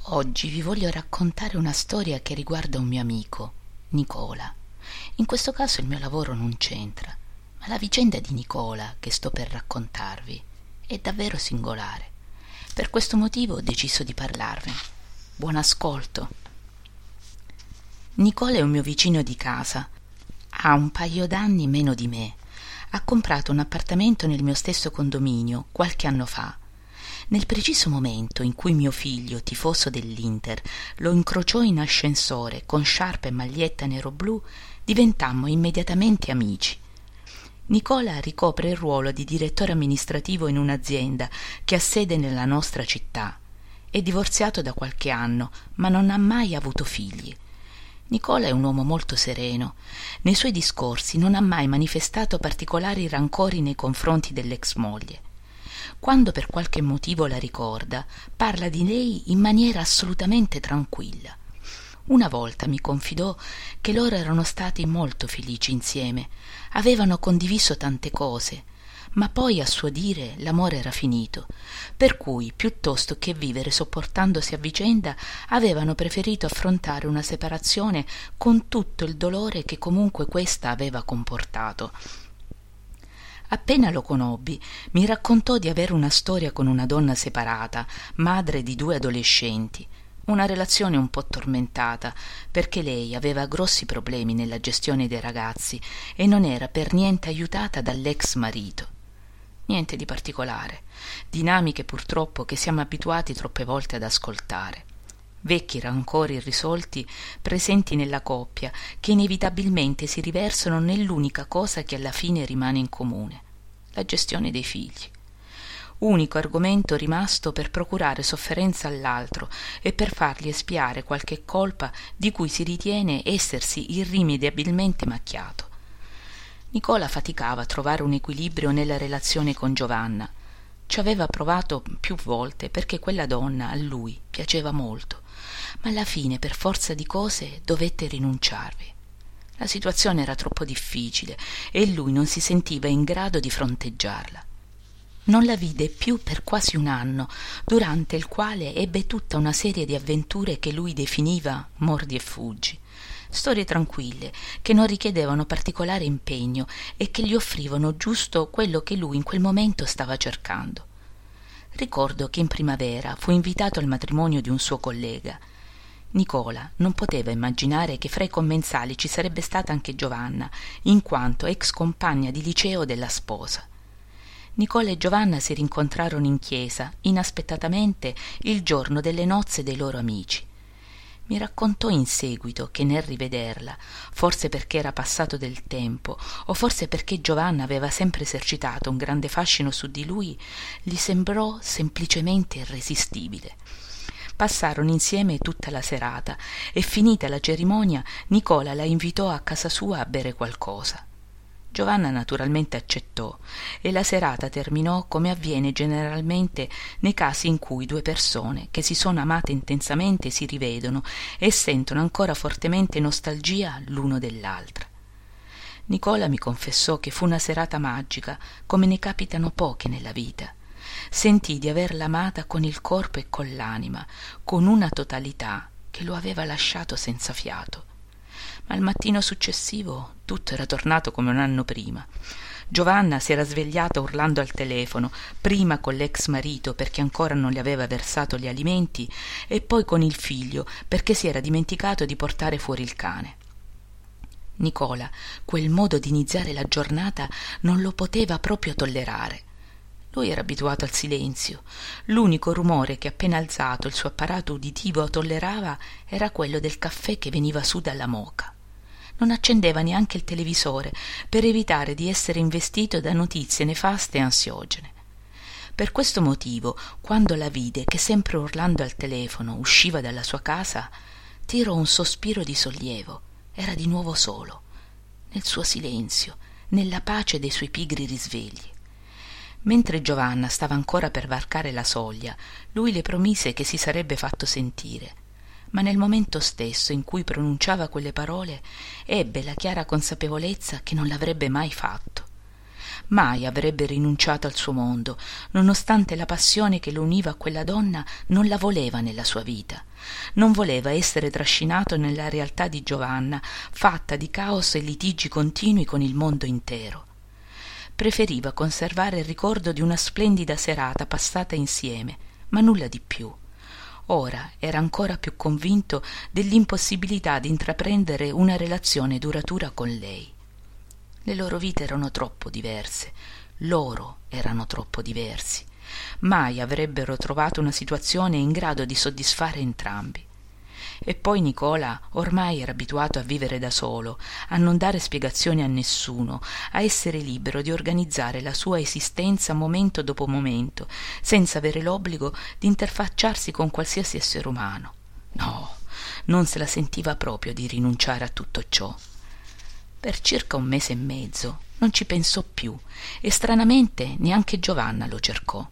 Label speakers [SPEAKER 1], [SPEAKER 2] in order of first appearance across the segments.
[SPEAKER 1] Oggi vi voglio raccontare una storia che riguarda un mio amico, Nicola. In questo caso il mio lavoro non c'entra, ma la vicenda di Nicola che sto per raccontarvi è davvero singolare. Per questo motivo ho deciso di parlarvene. Buon ascolto. Nicola è un mio vicino di casa. Ha un paio d'anni meno di me. Ha comprato un appartamento nel mio stesso condominio qualche anno fa. Nel preciso momento in cui mio figlio, tifoso dell'Inter, lo incrociò in ascensore con sciarpa e maglietta nero-blu, diventammo immediatamente amici. Nicola ricopre il ruolo di direttore amministrativo in un'azienda che ha sede nella nostra città. È divorziato da qualche anno, ma non ha mai avuto figli. Nicola è un uomo molto sereno. Nei suoi discorsi non ha mai manifestato particolari rancori nei confronti dell'ex moglie. Quando per qualche motivo la ricorda, parla di lei in maniera assolutamente tranquilla. Una volta mi confidò che loro erano stati molto felici insieme, avevano condiviso tante cose, ma poi a suo dire l'amore era finito, per cui piuttosto che vivere sopportandosi a vicenda avevano preferito affrontare una separazione con tutto il dolore che comunque questa aveva comportato. Appena lo conobbi, mi raccontò di avere una storia con una donna separata, madre di 2 adolescenti, una relazione un po' tormentata, perché lei aveva grossi problemi nella gestione dei ragazzi e non era per niente aiutata dall'ex marito. Niente di particolare, dinamiche purtroppo che siamo abituati troppe volte ad ascoltare. Vecchi rancori irrisolti presenti nella coppia che inevitabilmente si riversano nell'unica cosa che alla fine rimane in comune, la gestione dei figli. Unico argomento rimasto per procurare sofferenza all'altro e per fargli espiare qualche colpa di cui si ritiene essersi irrimediabilmente macchiato. Nicola faticava a trovare un equilibrio nella relazione con Giovanna. Ci aveva provato più volte perché quella donna a lui piaceva molto, ma alla fine per forza di cose dovette rinunciarvi. La situazione era troppo difficile e lui non si sentiva in grado di fronteggiarla. Non la vide più per quasi un anno, durante il quale ebbe tutta una serie di avventure che lui definiva mordi e fuggi. Storie tranquille, che non richiedevano particolare impegno e che gli offrivano giusto quello che lui in quel momento stava cercando. Ricordo che in primavera fu invitato al matrimonio di un suo collega. Nicola non poteva immaginare che fra i commensali ci sarebbe stata anche Giovanna, in quanto ex compagna di liceo della sposa. Nicola e Giovanna si rincontrarono in chiesa, inaspettatamente, il giorno delle nozze dei loro amici. Mi raccontò in seguito che nel rivederla, forse perché era passato del tempo o forse perché Giovanna aveva sempre esercitato un grande fascino su di lui, gli sembrò semplicemente irresistibile. Passarono insieme tutta la serata e finita la cerimonia Nicola la invitò a casa sua a bere qualcosa. Giovanna naturalmente accettò e la serata terminò come avviene generalmente nei casi in cui 2 persone che si sono amate intensamente si rivedono e sentono ancora fortemente nostalgia l'uno dell'altra. Nicola mi confessò che fu una serata magica, come ne capitano poche nella vita. Sentì di averla amata con il corpo e con l'anima, con una totalità che lo aveva lasciato senza fiato. Ma il mattino successivo tutto era tornato come un anno prima. Giovanna si era svegliata urlando al telefono, prima con l'ex marito perché ancora non le aveva versato gli alimenti e poi con il figlio perché si era dimenticato di portare fuori il cane. Nicola quel modo di iniziare la giornata non lo poteva proprio tollerare. Lui era abituato al silenzio. L'unico rumore che appena alzato il suo apparato uditivo tollerava era quello del caffè che veniva su dalla moka. Non accendeva neanche il televisore per evitare di essere investito da notizie nefaste e ansiogene. Per questo motivo, quando la vide che sempre urlando al telefono usciva dalla sua casa, tirò un sospiro di sollievo. Era di nuovo solo, nel suo silenzio, nella pace dei suoi pigri risvegli. Mentre Giovanna stava ancora per varcare la soglia, lui le promise che si sarebbe fatto sentire, ma nel momento stesso in cui pronunciava quelle parole ebbe la chiara consapevolezza che non l'avrebbe mai fatto. Mai avrebbe rinunciato al suo mondo, nonostante la passione che lo univa a quella donna non la voleva nella sua vita. Non voleva essere trascinato nella realtà di Giovanna, fatta di caos e litigi continui con il mondo intero. Preferiva conservare il ricordo di una splendida serata passata insieme, ma nulla di più. Ora era ancora più convinto dell'impossibilità di intraprendere una relazione duratura con lei. Le loro vite erano troppo diverse, loro erano troppo diversi. Mai avrebbero trovato una situazione in grado di soddisfare entrambi. E poi Nicola ormai era abituato a vivere da solo, a non dare spiegazioni a nessuno, a essere libero di organizzare la sua esistenza momento dopo momento, senza avere l'obbligo di interfacciarsi con qualsiasi essere umano. No, non se la sentiva proprio di rinunciare a tutto ciò. Per circa 1 mese e mezzo non ci pensò più e stranamente neanche Giovanna lo cercò.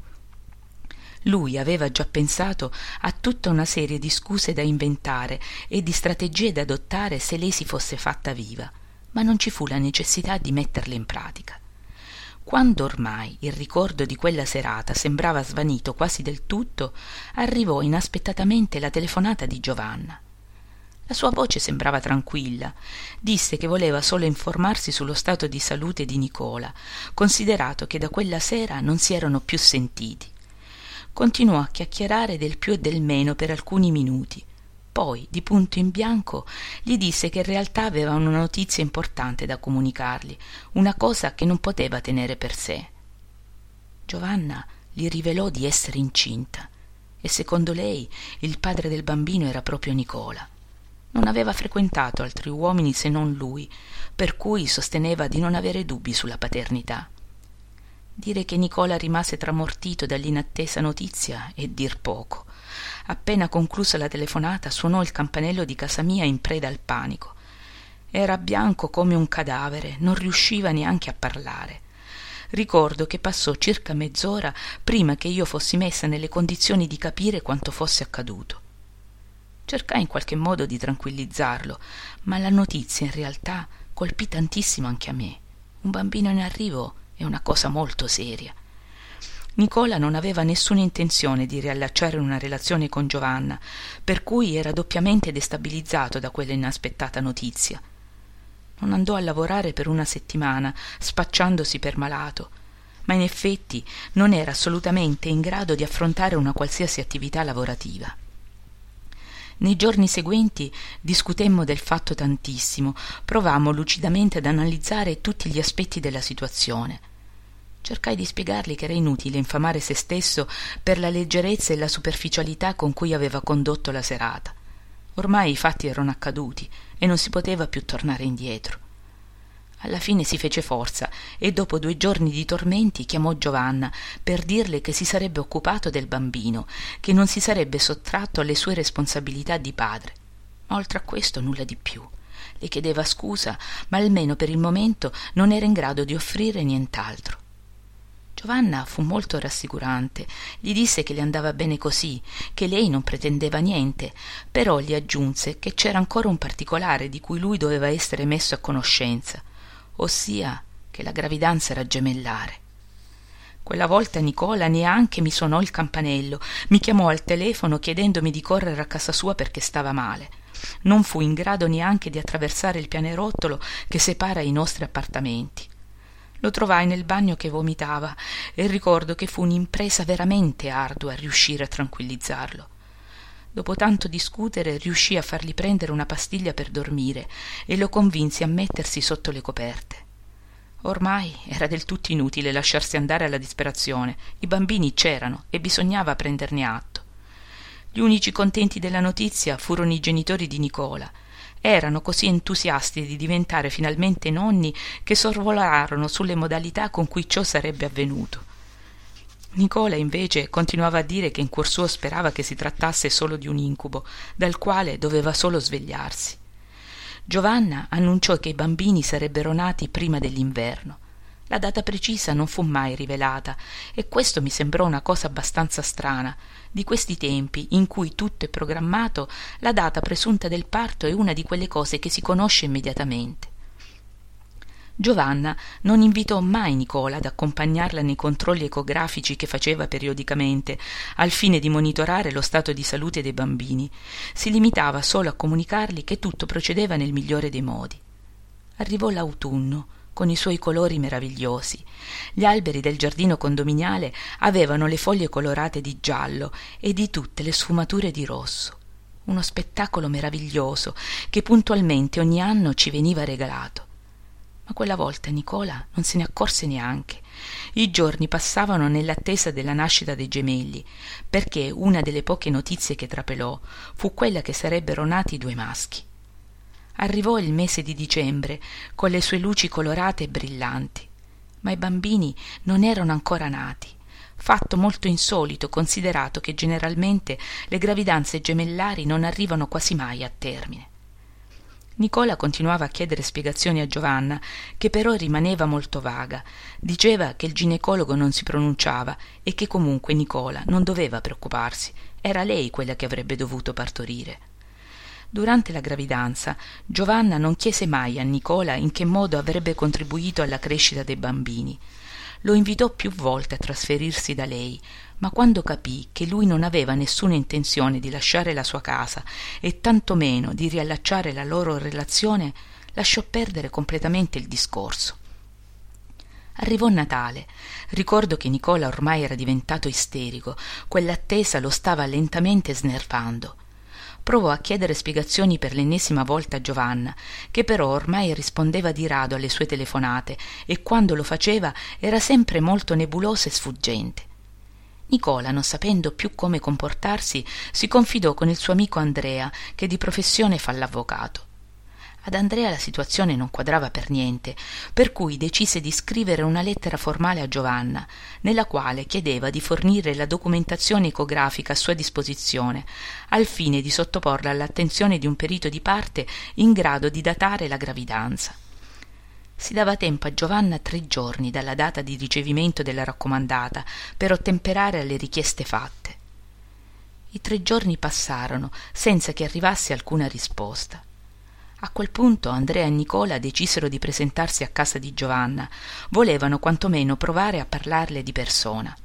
[SPEAKER 1] Lui aveva già pensato a tutta una serie di scuse da inventare e di strategie da adottare se lei si fosse fatta viva, ma non ci fu la necessità di metterle in pratica. Quando ormai il ricordo di quella serata sembrava svanito quasi del tutto, arrivò inaspettatamente la telefonata di Giovanna. La sua voce sembrava tranquilla. Disse che voleva solo informarsi sullo stato di salute di Nicola, considerato che da quella sera non si erano più sentiti. Continuò a chiacchierare del più e del meno per alcuni minuti. Poi, di punto in bianco, gli disse che in realtà aveva una notizia importante da comunicargli, una cosa che non poteva tenere per sé. Giovanna gli rivelò di essere incinta e secondo lei il padre del bambino era proprio Nicola. Non aveva frequentato altri uomini se non lui, per cui sosteneva di non avere dubbi sulla paternità. Dire che Nicola rimase tramortito dall'inattesa notizia è dir poco. Appena conclusa la telefonata suonò il campanello di casa mia in preda al panico. Era bianco come un cadavere, non riusciva neanche a parlare. Ricordo che passò circa mezz'ora prima che io fossi messa nelle condizioni di capire quanto fosse accaduto. Cercai in qualche modo di tranquillizzarlo, ma la notizia in realtà colpì tantissimo anche a me. Un bambino in arrivo è una cosa molto seria. Nicola non aveva nessuna intenzione di riallacciare una relazione con Giovanna, per cui era doppiamente destabilizzato da quella inaspettata notizia. Non andò a lavorare per 1 settimana, spacciandosi per malato, ma in effetti non era assolutamente in grado di affrontare una qualsiasi attività lavorativa. Nei giorni seguenti discutemmo del fatto tantissimo, provammo lucidamente ad analizzare tutti gli aspetti della situazione. Cercai di spiegargli che era inutile infamare se stesso per la leggerezza e la superficialità con cui aveva condotto la serata. Ormai i fatti erano accaduti e non si poteva più tornare indietro. Alla fine si fece forza e dopo 2 giorni di tormenti chiamò Giovanna per dirle che si sarebbe occupato del bambino, che non si sarebbe sottratto alle sue responsabilità di padre. Ma oltre a questo nulla di più. Le chiedeva scusa, ma almeno per il momento non era in grado di offrire nient'altro. Giovanna fu molto rassicurante, gli disse che le andava bene così, che lei non pretendeva niente, però gli aggiunse che c'era ancora un particolare di cui lui doveva essere messo a conoscenza, ossia che la gravidanza era gemellare. Quella volta Nicola neanche mi suonò il campanello, mi chiamò al telefono chiedendomi di correre a casa sua perché stava male. Non fu in grado neanche di attraversare il pianerottolo che separa i nostri appartamenti. Lo trovai nel bagno che vomitava e ricordo che fu un'impresa veramente ardua riuscire a tranquillizzarlo. Dopo tanto discutere riuscii a fargli prendere una pastiglia per dormire e lo convinsi a mettersi sotto le coperte. Ormai era del tutto inutile lasciarsi andare alla disperazione, i bambini c'erano e bisognava prenderne atto. Gli unici contenti della notizia furono i genitori di Nicola. Erano così entusiasti di diventare finalmente nonni che sorvolarono sulle modalità con cui ciò sarebbe avvenuto. Nicola invece continuava a dire che in cuor suo sperava che si trattasse solo di un incubo, dal quale doveva solo svegliarsi. Giovanna annunciò che i bambini sarebbero nati prima dell'inverno. La data precisa non fu mai rivelata e questo mi sembrò una cosa abbastanza strana. Di questi tempi, in cui tutto è programmato, la data presunta del parto è una di quelle cose che si conosce immediatamente. Giovanna non invitò mai Nicola ad accompagnarla nei controlli ecografici che faceva periodicamente, al fine di monitorare lo stato di salute dei bambini. Si limitava solo a comunicargli che tutto procedeva nel migliore dei modi. Arrivò l'autunno, con i suoi colori meravigliosi. Gli alberi del giardino condominiale avevano le foglie colorate di giallo e di tutte le sfumature di rosso. Uno spettacolo meraviglioso che puntualmente ogni anno ci veniva regalato. Ma quella volta Nicola non se ne accorse neanche. I giorni passavano nell'attesa della nascita dei gemelli, perché una delle poche notizie che trapelò fu quella che sarebbero nati 2 maschi. Arrivò il mese di dicembre con le sue luci colorate e brillanti, ma i bambini non erano ancora nati, fatto molto insolito considerato che generalmente le gravidanze gemellari non arrivano quasi mai a termine. Nicola continuava a chiedere spiegazioni a Giovanna, che però rimaneva molto vaga. Diceva che il ginecologo non si pronunciava e che comunque Nicola non doveva preoccuparsi, era lei quella che avrebbe dovuto partorire. Durante la gravidanza Giovanna non chiese mai a Nicola in che modo avrebbe contribuito alla crescita dei bambini. Lo invitò più volte a trasferirsi da lei, ma quando capì che lui non aveva nessuna intenzione di lasciare la sua casa e tanto meno di riallacciare la loro relazione, lasciò perdere completamente il discorso. Arrivò Natale. Ricordo che Nicola ormai era diventato isterico, quell'attesa lo stava lentamente snervando. Provò a chiedere spiegazioni per l'ennesima volta a Giovanna, che però ormai rispondeva di rado alle sue telefonate e quando lo faceva era sempre molto nebulosa e sfuggente. Nicola, non sapendo più come comportarsi, si confidò con il suo amico Andrea, che di professione fa l'avvocato. Ad Andrea la situazione non quadrava per niente, per cui decise di scrivere una lettera formale a Giovanna, nella quale chiedeva di fornire la documentazione ecografica a sua disposizione, al fine di sottoporla all'attenzione di un perito di parte in grado di datare la gravidanza. Si dava tempo a Giovanna 3 giorni dalla data di ricevimento della raccomandata per ottemperare alle richieste fatte. I 3 giorni passarono senza che arrivasse alcuna risposta. A quel punto Andrea e Nicola decisero di presentarsi a casa di Giovanna. Volevano quantomeno provare a parlarle di persona.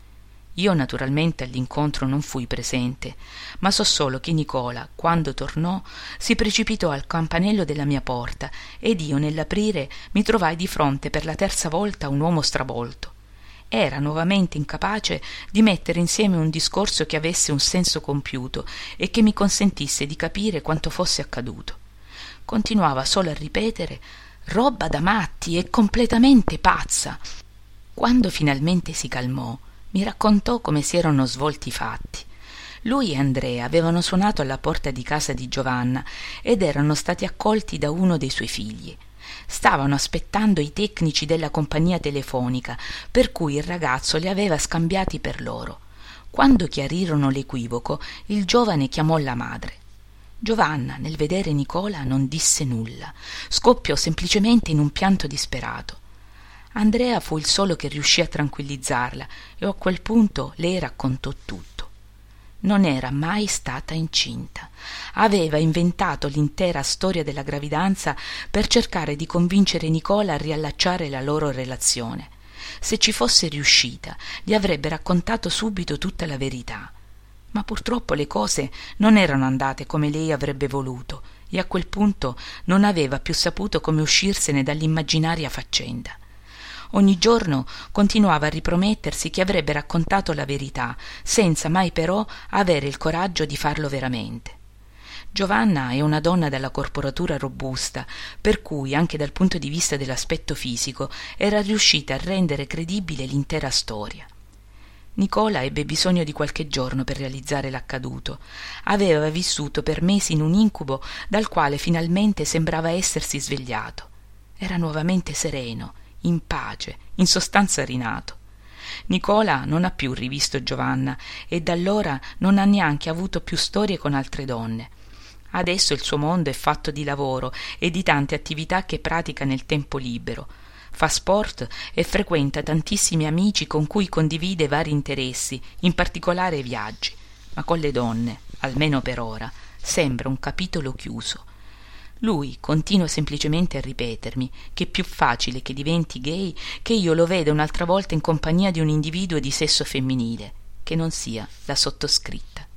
[SPEAKER 1] Io naturalmente all'incontro non fui presente, ma so solo che Nicola, quando tornò, si precipitò al campanello della mia porta ed io nell'aprire mi trovai di fronte per la 3ª volta un uomo stravolto. Era nuovamente incapace di mettere insieme un discorso che avesse un senso compiuto e che mi consentisse di capire quanto fosse accaduto. Continuava solo a ripetere: roba da matti, è completamente pazza. Quando finalmente si calmò, mi raccontò come si erano svolti i fatti. Lui e Andrea avevano suonato alla porta di casa di Giovanna ed erano stati accolti da uno dei suoi figli. Stavano aspettando i tecnici della compagnia telefonica, per cui il ragazzo li aveva scambiati per loro. Quando chiarirono l'equivoco, il giovane chiamò la madre. Giovanna, nel vedere Nicola, non disse nulla, scoppiò semplicemente in un pianto disperato. Andrea fu il solo che riuscì a tranquillizzarla e a quel punto lei raccontò tutto. Non era mai stata incinta. Aveva inventato l'intera storia della gravidanza per cercare di convincere Nicola a riallacciare la loro relazione. Se ci fosse riuscita, gli avrebbe raccontato subito tutta la verità. Ma purtroppo le cose non erano andate come lei avrebbe voluto e a quel punto non aveva più saputo come uscirsene dall'immaginaria faccenda. Ogni giorno continuava a ripromettersi che avrebbe raccontato la verità, senza mai però avere il coraggio di farlo veramente. Giovanna è una donna dalla corporatura robusta, per cui anche dal punto di vista dell'aspetto fisico era riuscita a rendere credibile l'intera storia. Nicola ebbe bisogno di qualche giorno per realizzare l'accaduto. Aveva vissuto per mesi in un incubo dal quale finalmente sembrava essersi svegliato. Era nuovamente sereno, in pace, in sostanza rinato. Nicola non ha più rivisto Giovanna e da allora non ha neanche avuto più storie con altre donne. Adesso il suo mondo è fatto di lavoro e di tante attività che pratica nel tempo libero. Fa sport e frequenta tantissimi amici con cui condivide vari interessi, in particolare viaggi, ma con le donne, almeno per ora, sembra un capitolo chiuso. Lui continua semplicemente a ripetermi che è più facile che diventi gay che io lo veda un'altra volta in compagnia di un individuo di sesso femminile, che non sia la sottoscritta.